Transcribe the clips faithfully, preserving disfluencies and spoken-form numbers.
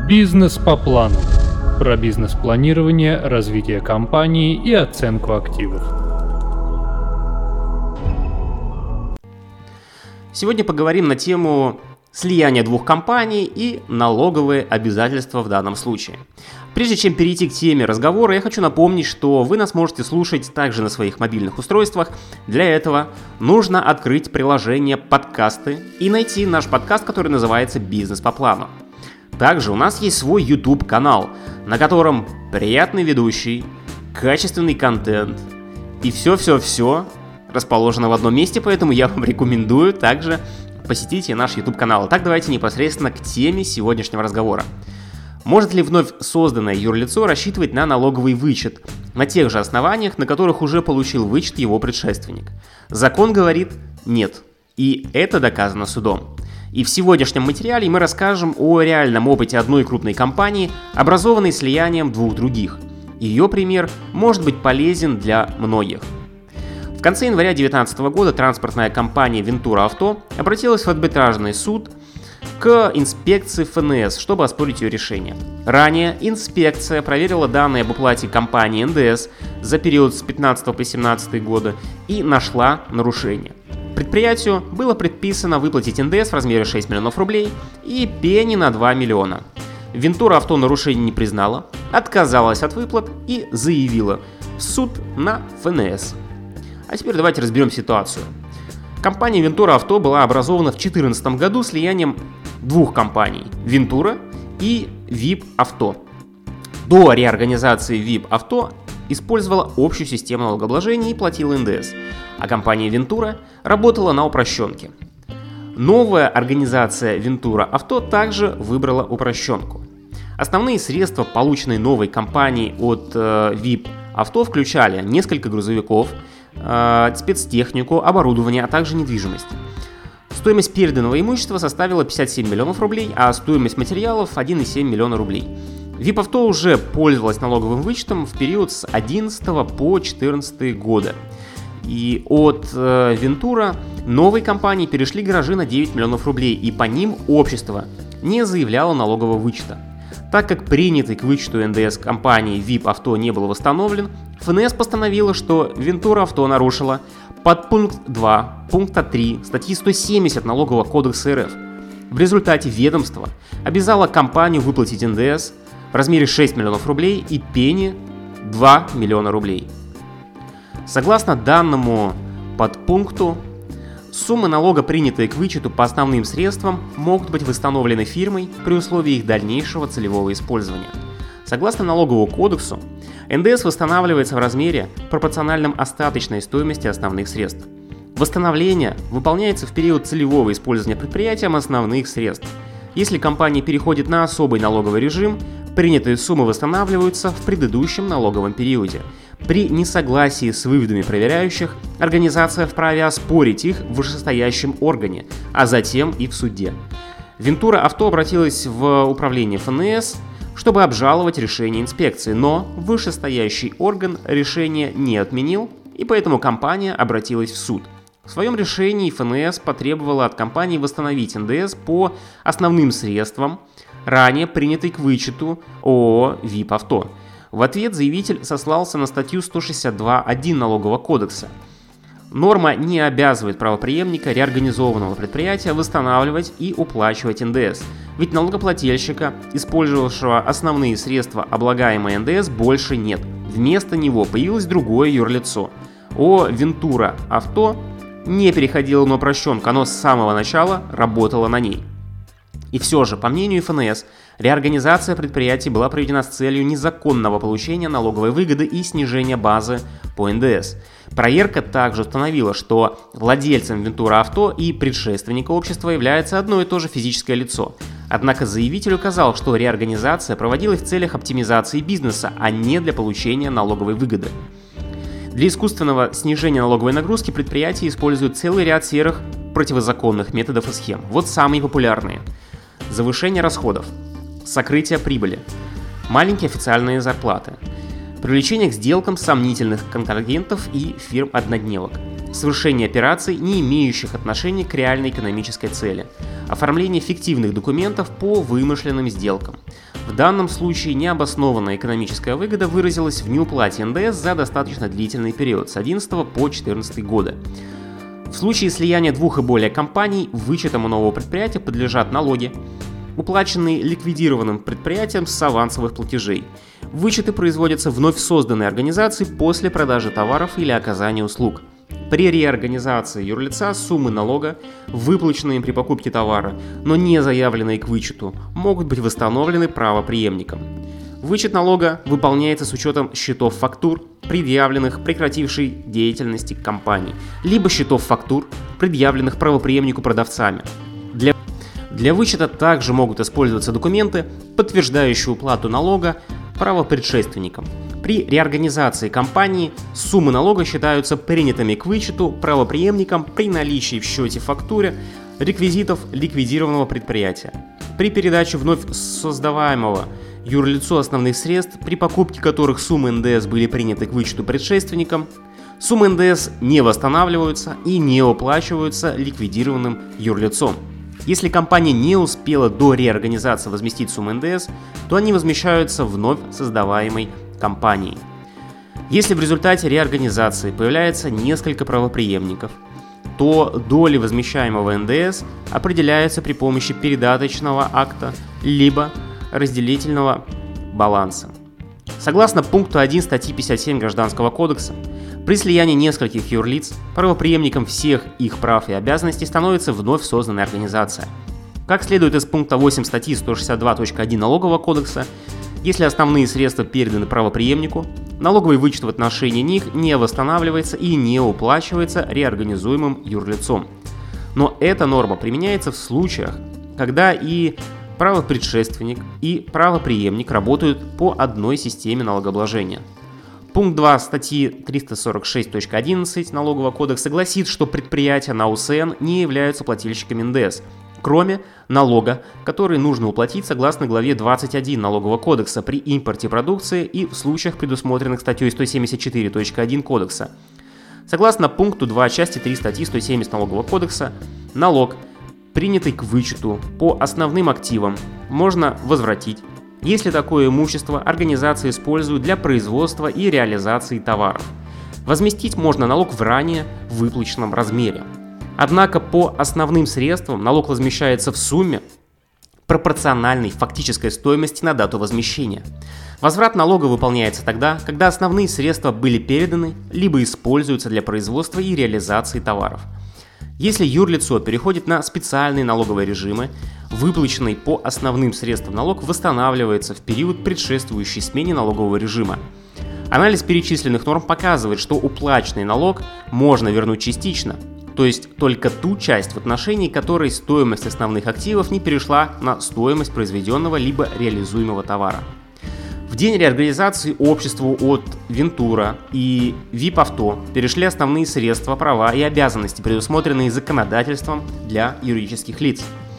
Бизнес по плану. Про бизнес-планирование, развитие компании и оценку активов. Сегодня поговорим на тему слияния двух компаний и налоговые обязательства в данном случае. Прежде чем перейти к теме разговора, я хочу напомнить, что вы нас можете слушать также на своих мобильных устройствах. Для этого нужно открыть приложение «Подкасты» и найти наш подкаст, который называется «Бизнес по плану». Также у нас есть свой YouTube-канал, на котором приятный ведущий, качественный контент и все-все-все расположено в одном месте, поэтому я вам рекомендую также посетить наш YouTube-канал. Так, давайте непосредственно к теме сегодняшнего разговора. Может ли вновь созданное юрлицо рассчитывать на налоговый вычет на тех же основаниях, на которых уже получил вычет его предшественник? Закон говорит «нет», и это доказано судом. И в сегодняшнем материале мы расскажем о реальном опыте одной крупной компании, образованной слиянием двух других. Ее пример может быть полезен для многих. В конце января две тысячи девятнадцатого года транспортная компания Ventura Auto обратилась в арбитражный суд к инспекции эф эн эс, чтобы оспорить ее решение. Ранее инспекция проверила данные об уплате компании эн дэ эс за период с две тысячи пятнадцатого по две тысячи семнадцатый года и нашла нарушение. Предприятию было предписано выплатить эн дэ эс в размере шесть миллионов рублей и пени на два миллиона. Ventura Auto нарушение не признала, отказалась от выплат и заявила в суд на эф эн эс. А теперь давайте разберем ситуацию. Компания Ventura Auto была образована в две тысячи четырнадцатом году слиянием двух компаний – Ventura и ви ай пи Auto. До реорганизации ви ай пи Auto использовала общую систему налогообложения и платила эн дэ эс, а компания Ventura работала на упрощенке. Новая организация Ventura Auto также выбрала упрощенку. Основные средства, полученные новой компанией от э, ви ай пи Auto, включали несколько грузовиков, э, спецтехнику, оборудование, а также недвижимость. Стоимость переданного имущества составила пятьдесят семь миллионов рублей, а стоимость материалов один целых семь десятых миллиона рублей. ви ай пи Auto уже пользовалась налоговым вычетом в период с две тысячи одиннадцатого по две тысячи четырнадцатый года. И от э, Ventura новой компании перешли гаражи на девять миллионов рублей, и по ним общество не заявляло налогового вычета. Так как принятый к вычету эн дэ эс компании ви ай пи Auto не был восстановлен, эф эн эс постановила, что Ventura Auto нарушила подпункт два пункта три статьи сто семьдесят Налогового кодекса эр эф. В результате ведомство обязало компанию выплатить эн дэ эс в размере шесть миллионов рублей и пени два миллиона рублей. Согласно данному подпункту, суммы налога, принятые к вычету по основным средствам, могут быть восстановлены фирмой при условии их дальнейшего целевого использования. Согласно Налоговому кодексу, эн дэ эс восстанавливается в размере, пропорциональном остаточной стоимости основных средств. Восстановление выполняется в период целевого использования предприятием основных средств. Если компания переходит на особый налоговый режим, принятые суммы восстанавливаются в предыдущем налоговом периоде. При несогласии с выводами проверяющих, организация вправе оспорить их в вышестоящем органе, а затем и в суде. Ventura Auto обратилась в управление эф эн эс, чтобы обжаловать решение инспекции, но вышестоящий орган решение не отменил, и поэтому компания обратилась в суд. В своем решении эф эн эс потребовала от компании восстановить эн дэ эс по основным средствам, ранее принятой к вычету ООО ви ай пи Auto. В ответ заявитель сослался на статью сто шестьдесят два пункт один Налогового кодекса. Норма не обязывает правопреемника реорганизованного предприятия восстанавливать и уплачивать эн дэ эс, ведь налогоплательщика, использовавшего основные средства облагаемой эн дэ эс, больше нет. Вместо него появилось другое юрлицо. ООО Ventura Auto не переходило на упрощенку, оно с самого начала работало на ней. И все же, по мнению эф эн эс, реорганизация предприятий была проведена с целью незаконного получения налоговой выгоды и снижения базы по эн дэ эс. Проверка также установила, что владельцем Ventura Auto и предшественника общества является одно и то же физическое лицо. Однако заявитель указал, что реорганизация проводилась в целях оптимизации бизнеса, а не для получения налоговой выгоды. Для искусственного снижения налоговой нагрузки предприятия используют целый ряд серых противозаконных методов и схем. Вот самые популярные. Завышение расходов, сокрытие прибыли, маленькие официальные зарплаты, привлечение к сделкам сомнительных контрагентов и фирм-однодневок, совершение операций, не имеющих отношения к реальной экономической цели, оформление фиктивных документов по вымышленным сделкам, В данном случае необоснованная экономическая выгода выразилась в неуплате эн дэ эс за достаточно длительный период с две тысячи одиннадцатого по две тысячи четырнадцатый годы. В случае слияния двух и более компаний вычетом у нового предприятия подлежат налоги, уплаченные ликвидированным предприятием с авансовых платежей. Вычеты производятся вновь созданной организацией после продажи товаров или оказания услуг. При реорганизации юрлица суммы налога, выплаченные им при покупке товара, но не заявленные к вычету, могут быть восстановлены правопреемником. Вычет налога выполняется с учетом счетов фактур, предъявленных прекратившей деятельности компании, либо счетов фактур, предъявленных правопреемнику продавцами. Для, для вычета также могут использоваться документы, подтверждающие уплату налога правопредшественникам. При реорганизации компании суммы налога считаются принятыми к вычету правопреемником при наличии в счете фактуре реквизитов ликвидированного предприятия. При передаче вновь создаваемого юрлицу основных средств, при покупке которых суммы эн дэ эс были приняты к вычету предшественникам, суммы эн дэ эс не восстанавливаются и не уплачиваются ликвидированным юрлицом. Если компания не успела до реорганизации возместить суммы эн дэ эс, то они возмещаются вновь создаваемой компанией. Если в результате реорганизации появляется несколько правопреемников, то доли возмещаемого эн дэ эс определяются при помощи передаточного акта либо разделительного баланса. Согласно пункту один статьи пятьдесят семь Гражданского кодекса, при слиянии нескольких юрлиц правопреемником всех их прав и обязанностей становится вновь созданная организация. Как следует из пункта восемь статьи сто шестьдесят два точка один Налогового кодекса, если основные средства переданы правопреемнику, налоговый вычет в отношении них не восстанавливается и не уплачивается реорганизуемым юрлицом. Но эта норма применяется в случаях, когда и правопредшественник, и правопреемник работают по одной системе налогообложения. Пункт два статьи триста сорок шесть точка одиннадцать Налогового кодекса гласит, что предприятия на у эс эн не являются плательщиками эн дэ эс, кроме налога, который нужно уплатить согласно главе двадцать один Налогового кодекса при импорте продукции и в случаях, предусмотренных статьей сто семьдесят четыре точка один Кодекса. Согласно пункту два части три статьи сто семьдесят Налогового кодекса, налог, принятый к вычету по основным активам, можно возвратить, если такое имущество организация использует для производства и реализации товаров. Возместить можно налог в ранее выплаченном размере. Однако по основным средствам налог возмещается в сумме, пропорциональной фактической стоимости на дату возмещения. Возврат налога выполняется тогда, когда основные средства были переданы либо используются для производства и реализации товаров. Если юрлицо переходит на специальные налоговые режимы, выплаченный по основным средствам налог восстанавливается в период, предшествующий смене налогового режима. Анализ перечисленных норм показывает, что уплаченный налог можно вернуть частично, то есть только ту часть, в отношении которой стоимость основных активов не перешла на стоимость произведенного либо реализуемого товара. В день реорганизации обществу от Вентура и ВИП Авто перешли основные средства, права и обязанности, предусмотренные законодательством для юридических лиц.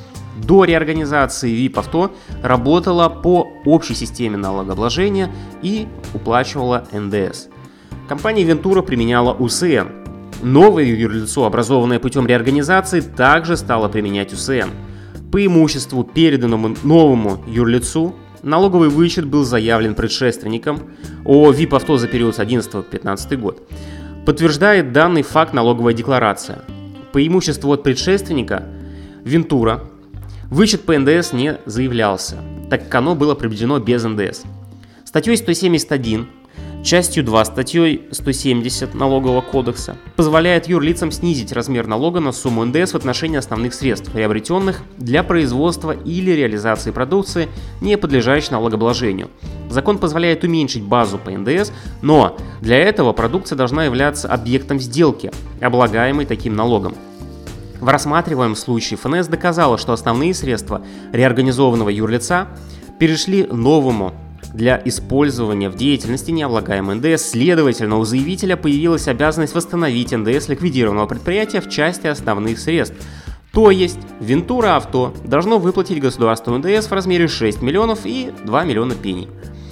До реорганизации ВИП Авто работала по общей системе налогообложения и уплачивала эн дэ эс. Компания Вентура применяла у эс эн. Новое юрлицо, образованное путем реорганизации, также стало применять у эс эн. По имуществу, переданному новому юрлицу, налоговый вычет был заявлен предшественником ООО ВИП Авто за период с одиннадцатого по пятнадцатый год. Подтверждает данный факт налоговая декларация. По имуществу от предшественника Вентура вычет по эн дэ эс не заявлялся, так как оно было проведено без эн дэ эс. Статьей сто семьдесят один, частью два статьей сто семьдесят Налогового кодекса позволяет юрлицам снизить размер налога на сумму эн дэ эс в отношении основных средств, приобретенных для производства или реализации продукции, не подлежащей налогообложению. Закон позволяет уменьшить базу по эн дэ эс, но для этого продукция должна являться объектом сделки, облагаемой таким налогом. В рассматриваемом случае эф эн эс доказала, что основные средства реорганизованного юрлица перешли новому для использования в деятельности необлагаемый эн дэ эс, следовательно, у заявителя появилась обязанность восстановить эн дэ эс ликвидированного предприятия в части основных средств. То есть Вентура Авто должно выплатить государству эн дэ эс в размере шесть миллионов и два миллиона пеней.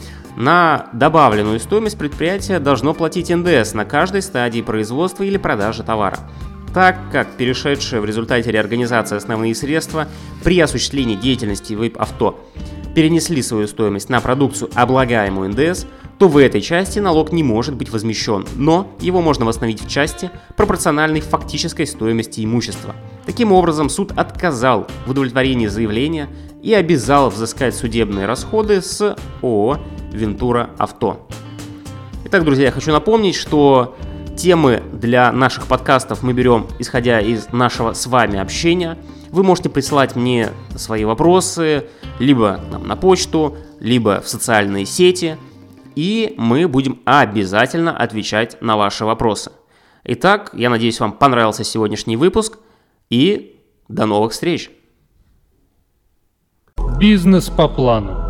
На добавленную стоимость предприятия должно платить эн дэ эс на каждой стадии производства или продажи товара. Так как перешедшие в результате реорганизации основные средства при осуществлении деятельности ВИП Авто перенесли свою стоимость на продукцию, облагаемую эн дэ эс, то в этой части налог не может быть возмещен, но его можно восстановить в части, пропорциональной фактической стоимости имущества. Таким образом, суд отказал в удовлетворении заявления и обязал взыскать судебные расходы с ООО «Вентура Авто». Итак, друзья, я хочу напомнить, что темы для наших подкастов мы берем, исходя из нашего с вами общения. Вы можете присылать мне свои вопросы либо нам на почту, либо в социальные сети, и мы будем обязательно отвечать на ваши вопросы. Итак, я надеюсь, вам понравился сегодняшний выпуск, и до новых встреч! Бизнес по плану.